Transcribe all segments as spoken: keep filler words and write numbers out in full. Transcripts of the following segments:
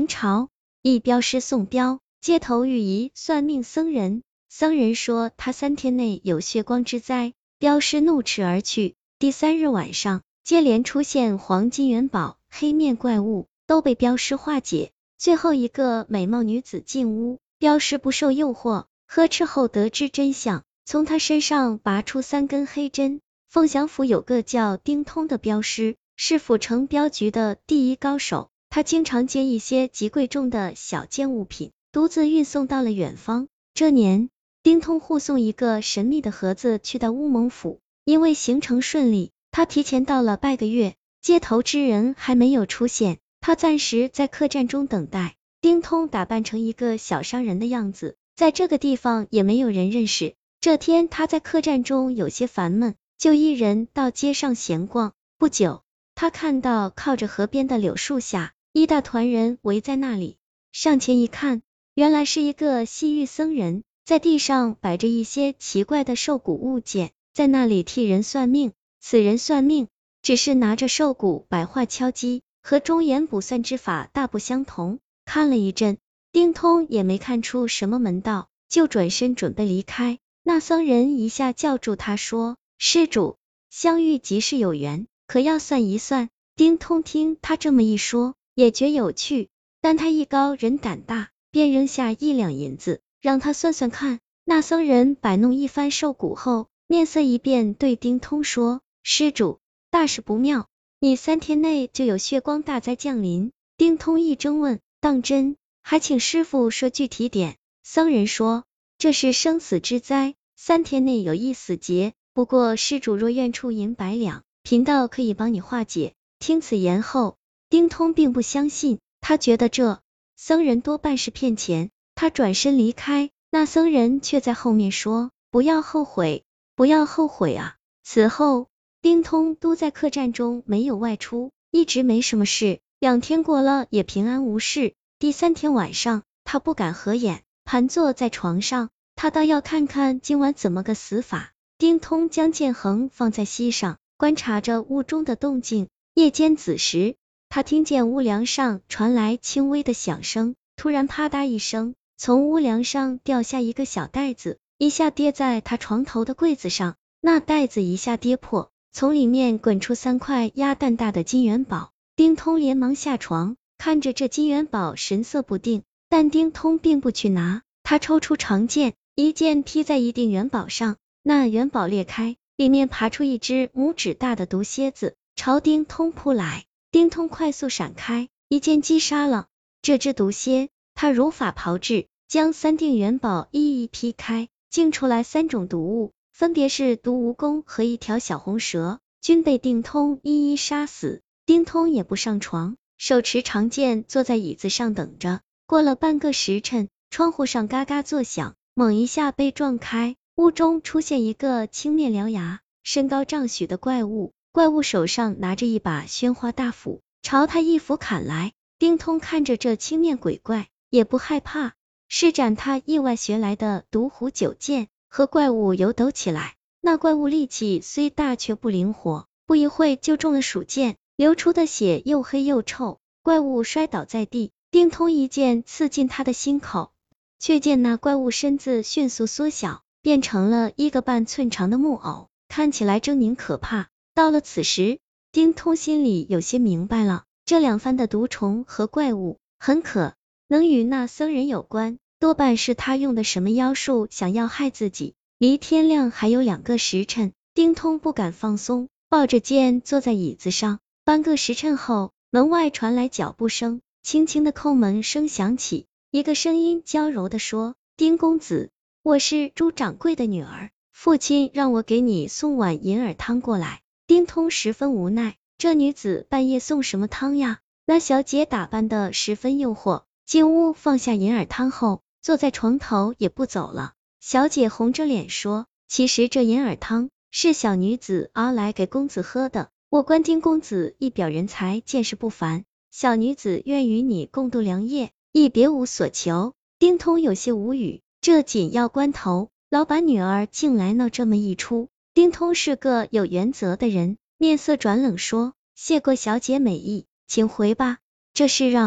朝一镖师送镖，街头遇一算命僧人，僧人说他三天内有血光之灾，镖师怒斥而去。第三日晚上，接连出现黄金元宝、黑面怪物，都被镖师化解。最后一个美貌女子进屋，镖师不受诱惑，呵斥后得知真相，从她身上拔出三根黑针。凤翔府有个叫丁通的镖师，是府城镖局的第一高手，他经常接一些极贵重的小件物品，独自运送到了远方。这年，丁通护送一个神秘的盒子去到乌蒙府，因为行程顺利，他提前到了半个月，接头之人还没有出现，他暂时在客栈中等待。丁通打扮成一个小商人的样子，在这个地方也没有人认识。这天他在客栈中有些烦闷，就一人到街上闲逛。不久，他看到靠着河边的柳树下，一大团人围在那里。上前一看，原来是一个西域僧人，在地上摆着一些奇怪的兽骨物件，在那里替人算命。此人算命只是拿着兽骨摆画敲击，和中原卜算之法大不相同。看了一阵，丁通也没看出什么门道，就转身准备离开。那僧人一下叫住他说：施主，相遇即是有缘，可要算一算。丁通听他这么一说，也觉有趣，但他艺高人胆大，便扔下一两银子，让他算算看。那僧人摆弄一番兽骨后，面色一变，对丁通说：施主，大事不妙，你三天内就有血光大灾降临。丁通一怔问：当真？还请师傅说具体点。僧人说：这是生死之灾，三天内有一死劫，不过施主若愿出银百两，贫道可以帮你化解。听此言后，丁通并不相信，他觉得这僧人多半是骗钱。他转身离开，那僧人却在后面说：不要后悔，不要后悔啊。此后，丁通都在客栈中没有外出，一直没什么事。两天过了也平安无事。第三天晚上，他不敢合眼，盘坐在床上，他倒要看看今晚怎么个死法。丁通将剑横放在膝上，观察着屋中的动静。夜间子时，他听见屋梁上传来轻微的响声，突然啪嗒一声，从屋梁上掉下一个小袋子，一下跌在他床头的柜子上。那袋子一下跌破，从里面滚出三块鸭蛋大的金元宝。丁通连忙下床，看着这金元宝神色不定，但丁通并不去拿，他抽出长剑，一剑劈在一锭元宝上，那元宝裂开，里面爬出一只拇指大的毒蝎子，朝丁通扑来。丁通快速闪开，一剑击杀了这只毒蝎。他如法炮制，将三锭元宝一一劈开，竟出来三种毒物，分别是毒蜈蚣和一条小红蛇，均被丁通一一杀死。丁通也不上床，手持长剑坐在椅子上等着。过了半个时辰，窗户上嘎嘎作响，猛一下被撞开，屋中出现一个青面獠牙、身高丈许的怪物。怪物手上拿着一把宣花大斧，朝他一斧砍来。丁通看着这青面鬼怪，也不害怕，施展他意外学来的独虎九剑，和怪物游斗起来。那怪物力气虽大却不灵活，不一会就中了鼠剑，流出的血又黑又臭，怪物摔倒在地。丁通一剑刺进他的心口，却见那怪物身子迅速缩小，变成了一个半寸长的木偶，看起来狰狞可怕。到了此时，丁通心里有些明白了，这两番的毒虫和怪物很可能与那僧人有关，多半是他用的什么妖术想要害自己。离天亮还有两个时辰，丁通不敢放松，抱着剑坐在椅子上。半个时辰后，门外传来脚步声，轻轻的叩门声响起，一个声音娇柔的说：丁公子，我是朱掌柜的女儿，父亲让我给你送碗银耳汤过来。丁通十分无奈，这女子半夜送什么汤呀？那小姐打扮的十分诱惑，进屋放下银耳汤后，坐在床头也不走了。小姐红着脸说：其实这银耳汤是小女子熬来给公子喝的，我观丁公子一表人才，见识不凡，小女子愿与你共度良夜，亦别无所求。丁通有些无语，这紧要关头，老板女儿竟来闹这么一出。丁通是个有原则的人，面色转冷说：谢过小姐美意，请回吧。这是让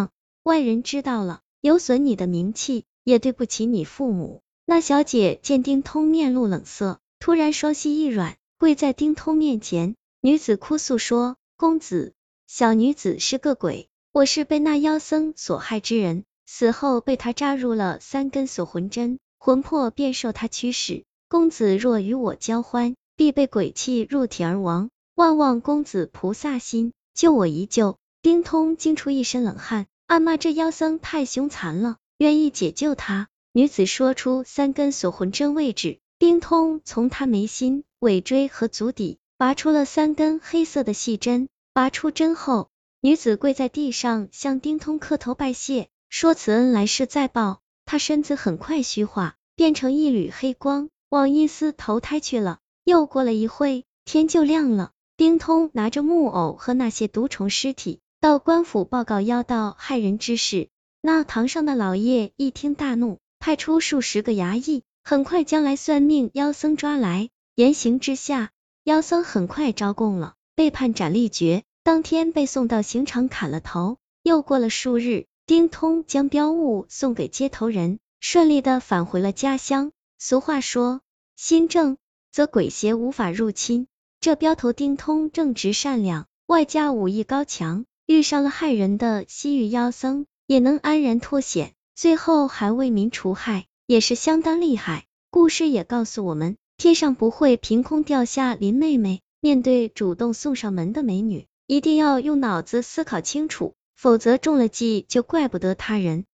外人知道了，有损你的名气，也对不起你父母。那小姐见丁通面露冷色，突然双膝一软，跪在丁通面前。女子哭诉说，公子，小女子是个鬼，我是被那妖僧所害之人，死后被他扎入了三根锁魂针，魂魄便受他驱使。公子若与我交欢，必被鬼气入体而亡，望望公子菩萨心，救我一救。丁通惊出一身冷汗，暗骂这妖僧太凶残了，愿意解救他。女子说出三根锁魂针位置，丁通从他眉心、尾椎和足底拔出了三根黑色的细针。拔出针后，女子跪在地上向丁通磕头拜谢，说此恩来世再报。他身子很快虚化，变成一缕黑光，往阴司投胎去了。又过了一会，天就亮了。丁通拿着木偶和那些毒虫尸体到官府报告妖道害人之事。那堂上的老爷一听大怒，派出数十个衙役，很快将来算命妖僧抓来。严刑之下，妖僧很快招供了，被判斩立决，当天被送到刑场砍了头。又过了数日，丁通将标物送给接头人，顺利的返回了家乡。俗话说，心正则鬼邪无法入侵。这镖头丁通正直善良，外加武艺高强，遇上了害人的西域妖僧，也能安然脱险，最后还为民除害，也是相当厉害。故事也告诉我们，天上不会凭空掉下林妹妹，面对主动送上门的美女，一定要用脑子思考清楚，否则中了计就怪不得他人。